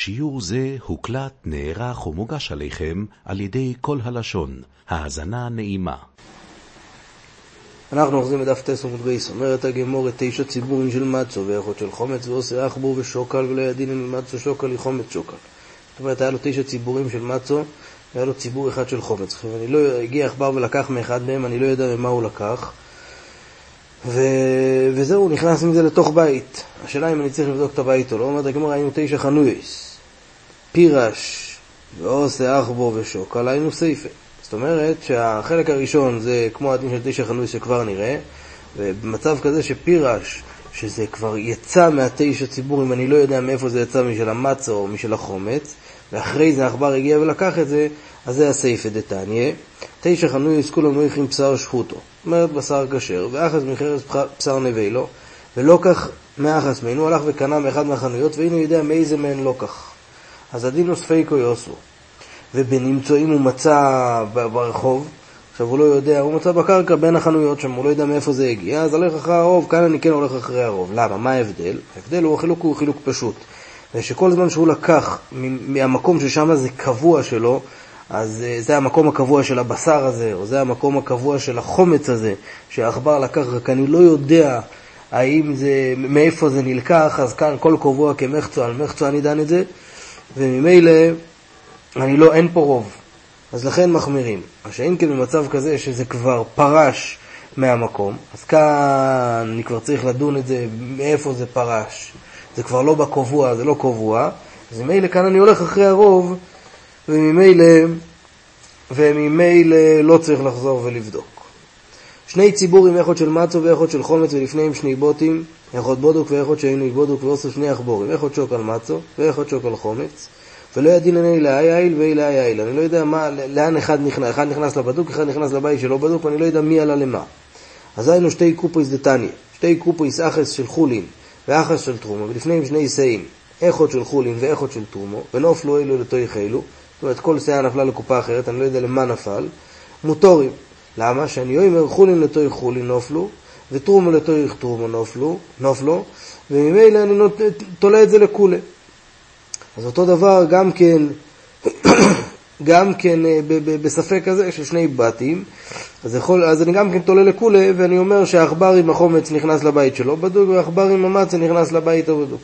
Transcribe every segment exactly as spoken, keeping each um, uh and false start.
שיעור זה הוקלט, נערך ומוגש עליכם על ידי כל הלשון. האזנה נעימה. אנחנו אוחזים בדף טס עמוד בייס. אומרת הגמור את תשע ציבורים של מצו ואחות של חומץ ועושה אחבור ושוקל, ולא ידין מצו שוקל לחומץ שוקל. זאת אומרת, היה לו תשע ציבורים של מצו והיה לו ציבור אחד של חומץ. אני לא הגיע עכבר ולקח מאחד מהם, אני לא יודע ממה הוא לקח, ו... וזהו, הוא נכנס עם זה לתוך בית. השאלה אם אני צריך לבדוק את הבית או לא. אומרת הגמור, היינו תשע חנויס, פירש ועושה אחבור ושוקל, היינו סייפה. זאת אומרת שהחלק הראשון זה כמו הדין של תשע חנויס שכבר נראה, ובמצב כזה שפירש, שזה כבר יצא מהתשע ציבורים, אני לא יודע מאיפה זה יצא, משל המצו או משל החומץ, ואחרי זה העכבר הגיע ולקח את זה, אז זה הסייפה דתניא. תשע חנויס כולם מויכים בשר שחוטו, אומרת בשר כשר, ואחז מחרס בשר נבילו, ולא כך מאחס מנו, הלך וקנה מאחד מהחנויות, והנה יודע מאיזה מהן לא כך. אז הדין הוא ספיקו יוסו. ובנמצואים הוא מצא ברחוב, עכשיו הוא לא יודע, הוא מצא בקרקע בין החנויות שם, הוא לא יודע מאיפה זה הגיע, אז הלך אחרי הרוב, כאן אני כן הולך אחרי הרוב. למה? מה ההבדל? ההבדל הוא החילוק, הוא חילוק פשוט. ושכל זמן שהוא לקח מהמקום ששם זה קבוע שלו, אז זה המקום הקבוע של הבשר הזה, או זה המקום הקבוע של החומץ הזה, שהעכבר לקח, רק אני לא יודע האם זה, מאיפה זה נלקח, אז כאן כל קבוע כמחצו, על מחצו אני דן את זה, וממילא אני לא, אין פה רוב, אז לכן מחמירים. השאין כן במצב כזה שזה כבר פרש מהמקום, אז כאן אני כבר צריך לדון את זה, מאיפה זה פרש, זה כבר לא בקבוע, זה לא קבוע, אז ממילא כאן אני הולך אחרי הרוב, וממילא, וממילא לא צריך לחזור ולבדוק. שני ציבורים, אחד של מצו ואחד של חומץ, ולפניהם שני בוטים, אחד בודוק ואחד שהיינו בודוק, ועושה שני אחבורים, אחד שוק על מצו ואחד שוק על חומץ, ולא ידין עיני לאי איל ואי איל. אני לא יודע מה, לאן אחד נכנס, אחד נכנס לבדוק, אחד נכנס לבית שלא בדוק, ואני לא יודע מי עלה למה. אז היינו שתי קופויס דתניא, שתי קופויס אחס של חולין ואחס של תרומו, ולפניהם שני סיים, אחד של חולין ואחד של תרומו, ונופלו אלו לתוי חילו, זאת אומרת כל סיה נפלה לקופה אחרת, אני לא יודע למה נפל, מוטורים. למה? שאני אומר חולין לתוי חולין נופלו, ותרומו לתוי תרומו נופלו, נופלו, וממילא אני תולה את זה לכולה. אז אותו דבר גם כן, גם כן בספק הזה של שני בתים, אז, יכול, אז אני גם כן תולה לכולה, ואני אומר שהאחבר עם החומץ נכנס לבית שלו בדוק, והאחבר עם המצה נכנס לבית הבדוק.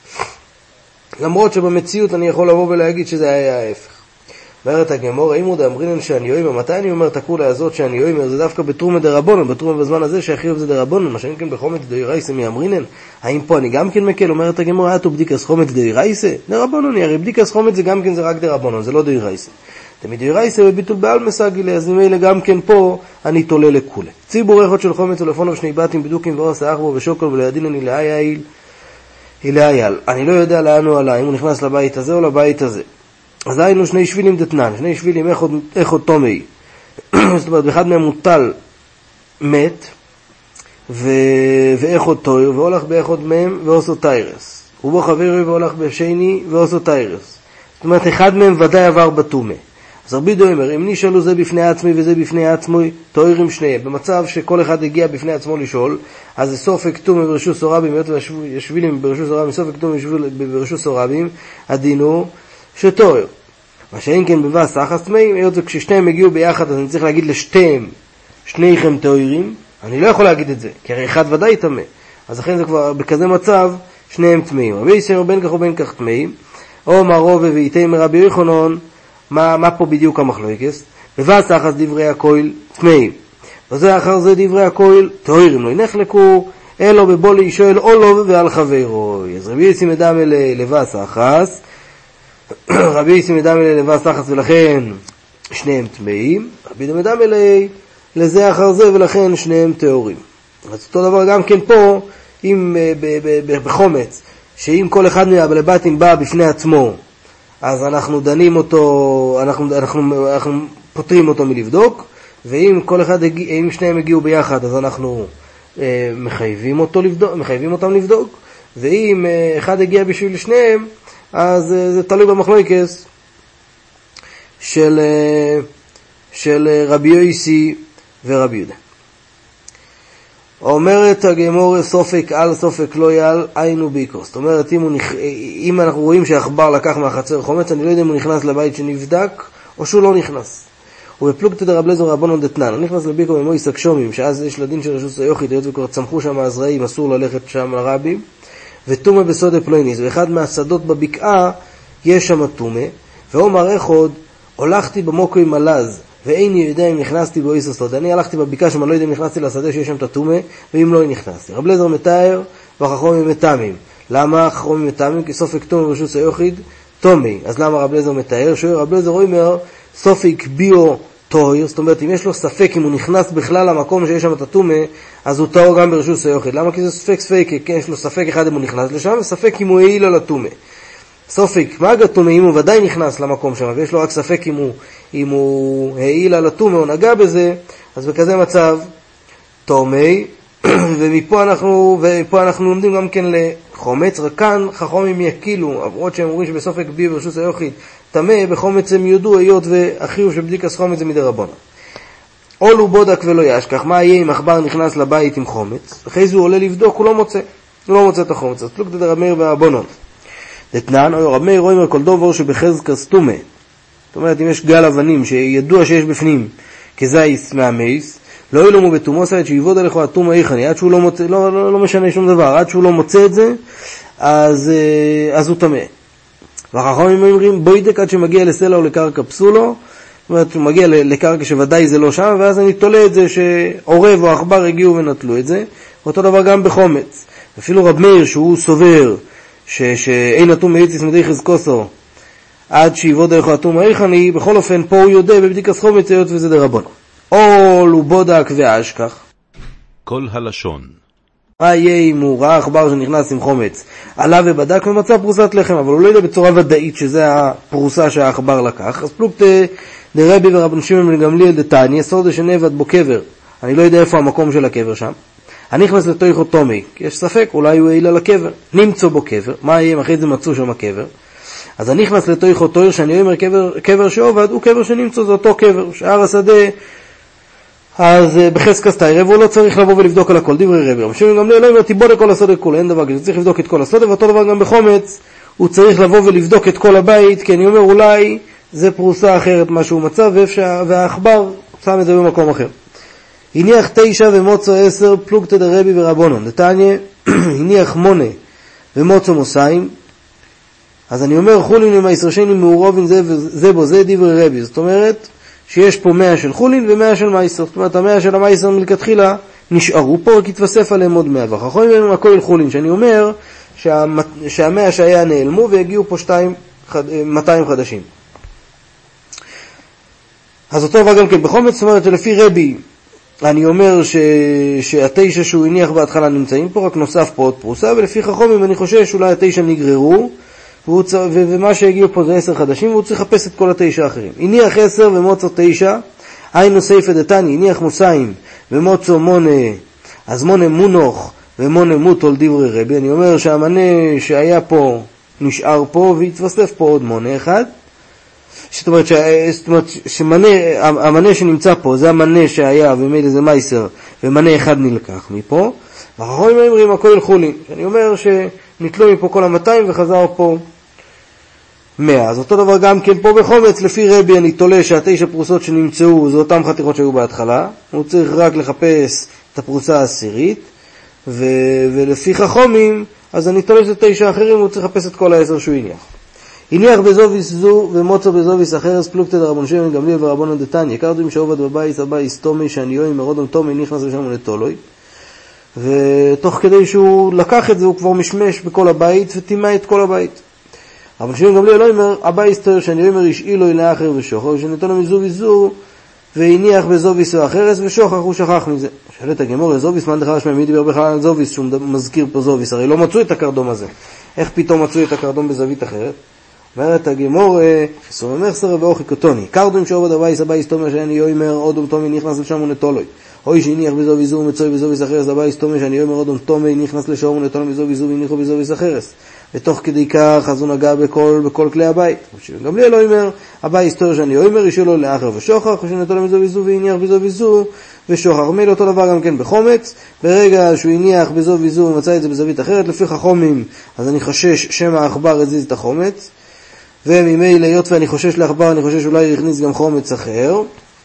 למרות שבמציאות אני יכול לבוא ולהגיד שזה היה ההפך. אומרת הגמור, אם עוד אמרינן שאני יוימר, מתי אני אומר את הכולה הזאת שאני יוימר? זה דווקא בתרומה דרבנן, בתרומה בזמן הזה שהחיוב זה דרבנן, מה שאין כן בחומץ דאורייסה מאמרינן. האם פה אני גם כן מקל? אומרת הגמור, היה תו בדיקס חומץ דאורייסה? דרבנן, הרי בדיקס חומץ זה גם כן זה רק דרבנן, זה לא דאורייסה. תמיד דאורייסה בביטול בעל מסגילה, אז ממילא גם כן פה אני תולה לכולה. ציבור אחד של חומץ ולפונו שני בתים בדוקים ועושה אחבו ושוקל ולהדין אני לאי איל. אני לא יודע לאן הוא עלה, אם הוא נכנס לבית הזה או לבית הזה. אז היינו שני שבילים דתנן, שני שבילים אחד תומי, זאת אומרת, באחד מהם מוטל מת, ואחד טויר, והולך באחד מהם ועושו טיירס. ובו חברי והולך בשני ועושו טיירס. זאת אומרת, אחד מהם ודאי עבר בתומה. אז רבי דו אומר, אם נשאלו זה בפני עצמי וזה בפני עצמי, טוירים שניהם. במצב שכל אחד הגיע בפני עצמו לשאול, אז זה סופק תומה ברשוס הרבים, ישבילים ברשוס הרבים, סופק תומה ברשוס הרבים, הדינו שטויר. מה שאין כן בבס אחס טמאים, היות וכששניהם הגיעו ביחד, אז אני צריך להגיד לשתיהם, שניכם טוירים, אני לא יכול להגיד את זה, כי הרי אחד ודאי טמא. אז לכן זה כבר בכזה מצב, שניהם טמאים. רבי יסמר בין כך ובין כך טמאים, או מרובה ואיתם רבי יוחנן, מה, מה פה בדיוק המחלוקת? בבס אחס דברי הכויל טמאים. וזה אחר זה דברי הכויל, טוירים לא ינחלקו, אלו בבולי שואל או לא ועל חברו. אז רבי יסמר דם לבס אחס, רבי יסמר דם לבס אחס ולכן שניהם טמאים, רבי דם דם אלי לזה אחר זה ולכן שניהם טהורים. אז אותו דבר גם כן פה, אם בחומץ, שאם כל אחד מהבלבטים בא בפני עצמו, אז אנחנו דנים אותו, אנחנו, אנחנו, אנחנו פותרים אותו מלבדוק, ואם כל אחד, אם שניהם הגיעו ביחד, אז אנחנו אה, מחייבים אותו לבדוק, מחייבים אותם לבדוק, ואם אה, אחד הגיע בשביל שניהם, אז אה, זה תלוי במחלוקת של, אה, של רבי יוסי ורבי יהודה. אומרת הגמור סופק על סופק לא יעל, היינו ביקו. זאת אומרת, אם, נכ... אם אנחנו רואים שהאחבר לקח מהחצר חומץ, אני לא יודע אם הוא נכנס לבית שנבדק, או שהוא לא נכנס. ובפלוגתא דרבי אליעזר רבנן דתנן, הוא נכנס לביקו במויס הגשומים, שאז יש לדין של רשות היחיד, היות וכבר צמחו שם הזרעים, אסור ללכת שם לרבים, וטומא בסודה פלויניס, ואחד מהשדות בבקעה יש שם טומא, ואומר אחד, הולכתי במוקו עם מלז, ואיני יודע אם נכנסתי באויס הסוד. אני הלכתי בבקעה שם, אני לא יודע אם נכנסתי לשדה שיש שם את הטומא, ואם לא נכנסתי. רבי אליעזר מתאר, והחכמים מתאמים. למה חכמים מתאמים? כי סופק טומא ברשות היחיד, טומא. אז למה רבי אליעזר מתאר? שואל רבי אליעזר אומר, סופק ביו טוהר, זאת אומרת, אם יש לו ספק, אם הוא נכנס בכלל למקום שיש שם את הטומא, אז הוא טהור גם ברשות היחיד. למה? כי זה ספק ספק, כי יש לו ספק אחד אם הוא נכנס לשם, וספק אם הוא העיל על הטומא. סופק, מה הגטומא? אם הוא ודאי נכנס למקום שם, ויש לו רק ספק אם הוא, אם הוא העיל על הטומא או נגע בזה, אז בכזה מצב, טומא, ומפה אנחנו, ופה אנחנו לומדים גם כן לחומץ, רק כאן חכמים יקילו, עברות שהם אומרים שבסופק בי ברשות היחיד, תמה בחומץ הם יודו, היות והחיוב שבדיקת חומץ זה מדי רבונה. אולו בודק ולא ישכח, מה יהיה אם עכבר נכנס לבית עם חומץ? אחרי זה הוא עולה לבדוק, הוא לא מוצא, הוא לא מוצא את החומץ. אז פלוגתא דרבי מאיר והבונות. דתנן, או רבי מאיר רואים כל דובר שבחזקס טומא. זאת אומרת, אם יש גל אבנים שידוע שיש בפנים כזייס מהמייס, לא ילומו בתומוסה, שיבוד עליך התומא איכני, עד שהוא לא מוצא, לא, לא, לא משנה שום דבר, עד שהוא לא מוצא את זה, אז, אז הוא טמא. והחכמים אומרים, בוידק עד שמגיע לסלע או לקרקע פסולו, זאת אומרת, הוא מגיע לקרקע שוודאי זה לא שם, ואז אני תולה את זה שעורב או עכבר הגיעו ונטלו את זה, אותו דבר גם בחומץ. אפילו רב מאיר שהוא סובר, ש, שאין הטומא איציס מדי חזקוסו, עד שיבוד עליך התומא איכני, בכל אופן פה הוא יודע בבדיקת חומץ היות וזה דרבון. או לובודק ואשכח. כל הלשון. מה יהיה אם הוא ראה עכבר שנכנס עם חומץ, עלה ובדק ומצא פרוסת לחם, אבל הוא לא יודע בצורה ודאית שזה הפרוסה שהעכבר לקח. אז פלוגתא דרבי ורבן שמעון בן גמליאל דתניא, סוד שנאבד בו קבר, אני לא יודע איפה המקום של הקבר שם. אני נכנס לתוכו טומא, כי יש ספק, אולי הוא העיל על הקבר, נמצא בו קבר, מה יהיה אם אחרי זה מצאו שם הקבר? אז אני נכנס לתוכו טוהר, שאני אומר קבר, קבר שעובד, הוא קבר שנמצא, זה אותו קבר, שאר השדה, אז בחזקס תיירב, הוא לא צריך לבוא ולבדוק על הכל, דברי רבי. רבי שמעון בן גמליאל לא אומר, תיבודק כל הסודה כולו, אין דבר כזה, צריך לבדוק את כל הסודה, ואותו דבר גם בחומץ, הוא צריך לבוא ולבדוק את כל הבית, כי אני אומר, אולי זה פרוסה אחרת מה שהוא מצא, והעכבר שם את זה במקום אחר. הניח תשע ומוצו עשר, פלוגתא דרבי ורבנן. דתניא, הניח מונה ומוצו מוסיים, אז אני אומר, חולין ומעשר שני מעורבים זה, זה בו, זה דברי רבי. זאת אומרת, שיש פה מאה של חולין ומאה של מייסר. זאת אומרת, המאה של המייסר מלכתחילה נשארו פה, רק התווסף עליהם עוד מאה. ואחרונים הם הכל חולין, שאני אומר שהמת... שהמאה שהיה נעלמו והגיעו פה שתיים, מאתיים חדשים. אז אותו דבר גם כן בחומץ, זאת אומרת שלפי רבי, אני אומר ש... שהתשע שהוא הניח בהתחלה נמצאים פה, רק נוסף פה עוד פרוסה, ולפי חכמים אני חושב שאולי התשע נגררו, והוא צ... ו... ומה שהגיעו פה זה עשר חדשים, והוא צריך לחפש את כל התשע האחרים. הניח עשר ומוצו תשע, היינו סייפא דתני, הניח מוסיים ומוצו מונה, אז מונה מונוך ומונה מוטול דברי רבי. אני אומר שהמנה שהיה פה נשאר פה, והתווסף פה עוד מונה אחד. זאת אומרת, ש... זאת אומרת שמנה, המנה שנמצא פה זה המנה שהיה ומילא זה מייסר, ומנה אחד נלקח מפה. והחכמים אומרים הכל חולין, שאני אומר שנתלו מפה כל המאתיים וחזר פה מאה. אז אותו דבר גם כן פה בחומץ, לפי רבי אני תולה שהתשע פרוסות שנמצאו זה אותם חתיכות שהיו בהתחלה, הוא צריך רק לחפש את הפרוסה העשירית, ו... ולפי חכמים אז אני תולה שזה תשע אחרים, הוא צריך לחפש את כל העשר שהוא הניח. הניח בזוביס זו ומוצו בזוביס אחרס, פלוגתא דרבן שמעון בן גמליאל ורבנן דתניא, קרדום שעובד בבית הבית תומי שעניו מרודום תומי נכנס לשם ולתולוי, ותוך כדי שהוא לקח את זה הוא כבר משמש בכל הבית וטימא את כל הבית. רבן שמעון בן גמליאל לא אומר הבית תואר שעניו אומר השאילו אל האחר ושוחר, ושנתנו מזוביס זו והניח בזוביס אחרס ושוחר, הוא שכח מזה. שאלת הגמור, זוביס מה דחרש מי דיבר בכלל על זוביס שהוא מזכיר פה זוביס, הרי לא מצאו את הקרדום הזה, איך פתאום מצאו את הקרדום בזווית אחרת? אומרת הגמור, סוממך סרה ואוכי קטוני, קרדום שעובד הבייס הבייס תומר שאני יאמר אודום תומי נכנס לשם ונטולוי, אוי שהניח בזוביס זו ומצוי בזוביס אחרס הבייס תומר שאני יאמר אודום תומי נכנס לשם ונטולוי בזוביס זו והניחו בזוביס אחרס. ותוך כדי כך אז הוא נגע בכל, בכל כלי הבית. גם לי לא אומר, הבא היסטוריה שאני אומר, אישו לו לאחר ושוחר, חושנתו למזו ויזו והניח בזו ויזו ושוחר. מילא אותו דבר גם כן בחומץ, ברגע שהוא הניח בזו ויזו ומצא את זה בזווית אחרת, לפי חכמים, אז אני חושש שמא העכבר הזיז את החומץ, וממילא היות ואני חושש לעכבר, אני חושש אולי יכניס גם חומץ אחר,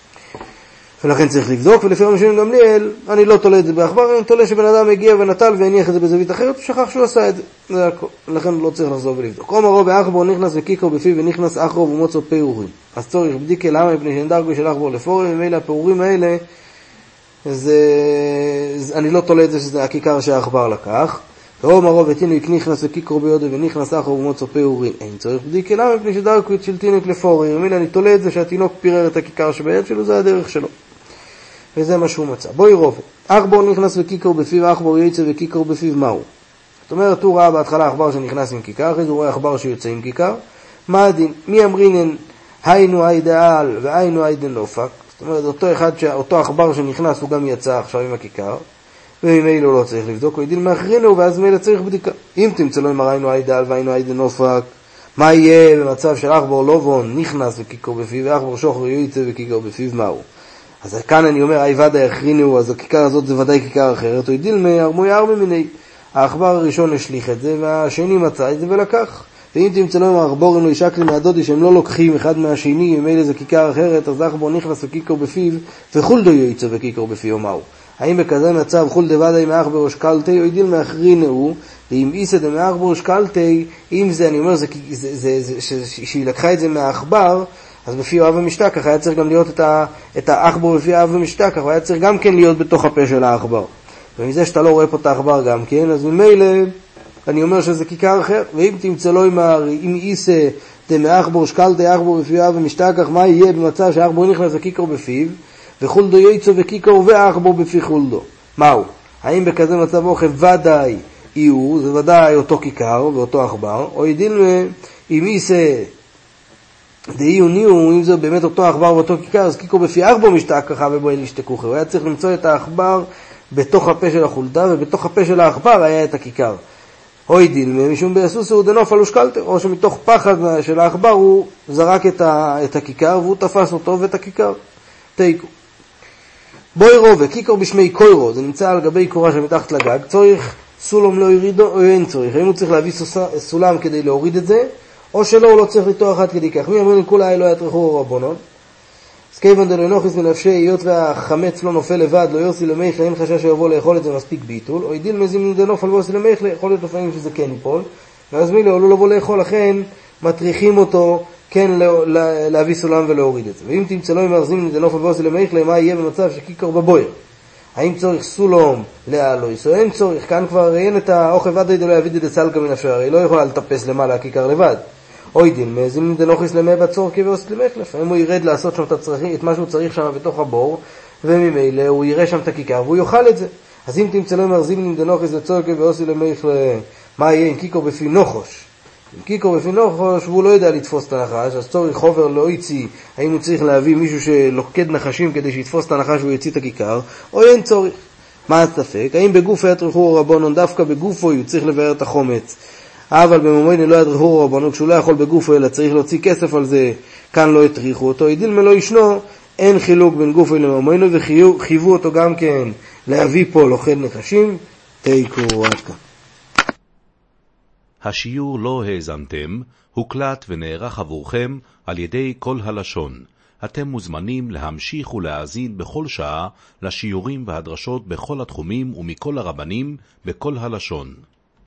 ולכן צריך לבדוק, ולפי המשלים גם ליאל, אני לא תולה את זה בעכבר, אני תולה שבן אדם הגיע ונטל והניח את זה בזווית אחרת, ושכח שהוא עשה את זה. זה הכל. לכן לא צריך לחזור ולבדוק. אומרו באחבור נכנס וקיקו בפיו ונכנס אחרו ומוצו פיורים. אז צורך בדיקה למה מפני שנדרגו של אחבור לפורים, ומילא הפיורים האלה, זה, זה, אני לא תולה את זה שזה הכיכר שהעכבר לקח. ואומרו ותינוק נכנס וקיקו ביודו ונכנס אחרו ומוצו פיורים. אין צורך בדיקה למה מפני שדרגו של תינוק לפורים, ומילא אני תולה את זה שהתינוק פירר את הכיכר שביד שלו, זה הדרך שלו. וזה מה שהוא מצא. בואי רובה. אכבור נכנס וקיקור בפיו, אכבור יוצא וקיקור בפיו מהו? זאת אומרת, הוא ראה בהתחלה אכבר שנכנס עם כיכר, אחרי זה הוא רואה אכבר שיוצא עם כיכר. מה הדין? מי אמרינן היינו הידעל והיינו היידן נופק? זאת אומרת, אותו אחד, אותו אכבר שנכנס הוא גם יצא עכשיו עם הכיכר, וממילא לא צריך לבדוק, הוא ידין מאחרינו, ואז מילא צריך בדיקה. אם תמצא לו אמר היינו הידעל והיינו היידן נופק, מה יהיה במצב של אכבור לובון נכנס וקיקור בפיו, ואכבור שוחר יוצא וקיקור בפיו מהו? אז כאן אני אומר, אי ודאי יכרינו, אז הכיכר הזאת זה ודאי כיכר אחרת, או ידיל מארמוי ארמי מיני. העכבר הראשון השליך את זה, והשני מצא את זה ולקח. ואם תמצא לו עם העכבורים לא ישקלי מהדודי שהם לא לוקחים אחד מהשני, ממילא זה כיכר אחרת, אז העכבור נכנס וקיקור בפיו, וחולדו יוצא וקיקור בפיו מהו. האם בכזה מצב חולדה ודאי מהעכבור שקלתי, או ידיל מאחרינו, ואם איסד מהעכבור שקלתי, אם זה, אני אומר, זה, זה, זה, זה, זה, שהיא לקחה את זה מהעכבר, אז בפי אוהב ומשתכח היה צריך גם להיות את, ה, את האחבר בפי אוהב ומשתכח, היה צריך גם כן להיות בתוך הפה של האחבר. ומזה שאתה לא רואה פה את האחבר גם כן, אז ממילא אני אומר שזה כיכר אחר, ואם תמצא לו עם, עם איסה דמאחבר שקל דאחבר בפי אוהב ומשתכח, מה יהיה במצב שהאחבר נכנס לכיכר בפיו, וחולדו יצא וכיכר והאחבר בפי חולדו? מהו? האם בכזה מצב אוכל ודאי יהיו, זה ודאי אותו כיכר ואותו אחבר, או ידיל עם איסה דהיו ניהו, אם זה באמת אותו האחבר ואותו כיכר, אז כיכר בפי ארבו משתק ככה ובואי להשתכוחה. הוא היה צריך למצוא את האחבר בתוך הפה של החולדה, ובתוך הפה של האחבר היה את הכיכר. אוי דילמה, משום ביסוס הוא דנוף על ושקלטר, או שמתוך פחד של האחבר הוא זרק את, ה, את הכיכר, והוא תפס אותו ואת הכיכר. תיקו. בואי רובה, כיכר בשמי קוירו, זה נמצא על גבי קורה שמתחת לגג, צורך סולום לא ירידו, או אין צורך. האם הוא צריך להביא סולם כדי להוריד את זה, או שלא, הוא לא צריך לתוח עד כדי כך. מי אמרים כולה היה לא יתרחו רבונון? אז כיוון דלנוכיס מנפשי, היות והחמץ לא נופל לבד, לא יוסי למייכלה, אין חשש שיבוא לאכול את זה מספיק ביטול, או ידיל מזים דנופל ויוסי למייכלה, יכול להיות לפעמים שזה כן ייפול, ואז מי לא, לא לבוא לאכול, לכן מטריחים אותו כן להביא סולם ולהוריד את זה. ואם תמצא לו עם מרזים דנופל ויוסי למייכלה, מה יהיה במצב שכיכר בבויר? האם צורך סולום לאלויס, או אין צורך? כאן כבר אין את האוכל ודאי דלו יביד את הסלקה מנפשי, הרי לא יכולה לטפס למעלה הכיכר לבד. אוי דין, מזים דנוכיס למי בצור כבאוס למחלף. אם הוא ירד לעשות שם את, הצריך, את מה שהוא צריך שם בתוך הבור, וממילא הוא יראה שם את הכיכר והוא יאכל את זה. אז אם תמצא לו מרזים דנוכיס לצור כבאוס למחלף, מה יהיה עם קיקו בפי נוחוש? עם קיקו בפי נוחוש והוא לא יודע לתפוס את הנחש, אז צורך חובר לא יציא, האם הוא צריך להביא מישהו שלוקד נחשים כדי שיתפוס את הנחש והוא יציא את הכיכר, או אין צורך. מה הספק? האם בגוף יתרחו רבונון, דווקא בגופו הוא צריך לבאר את החומץ, אבל במומייני לא ידריכו רבנו, כשהוא לא יכול בגופו אלא צריך להוציא כסף על זה, כאן לא יתריכו אותו. ידיל מלא ישנו, אין חילוק בין גופו למומיינו, וחייבו אותו גם כן להביא פה לוכד נחשים. תיקו עד כאן. השיעור לא האזנתם, הוקלט ונערך עבורכם על ידי כל הלשון. אתם מוזמנים להמשיך ולהאזין בכל שעה לשיעורים והדרשות בכל התחומים ומכל הרבנים בכל הלשון.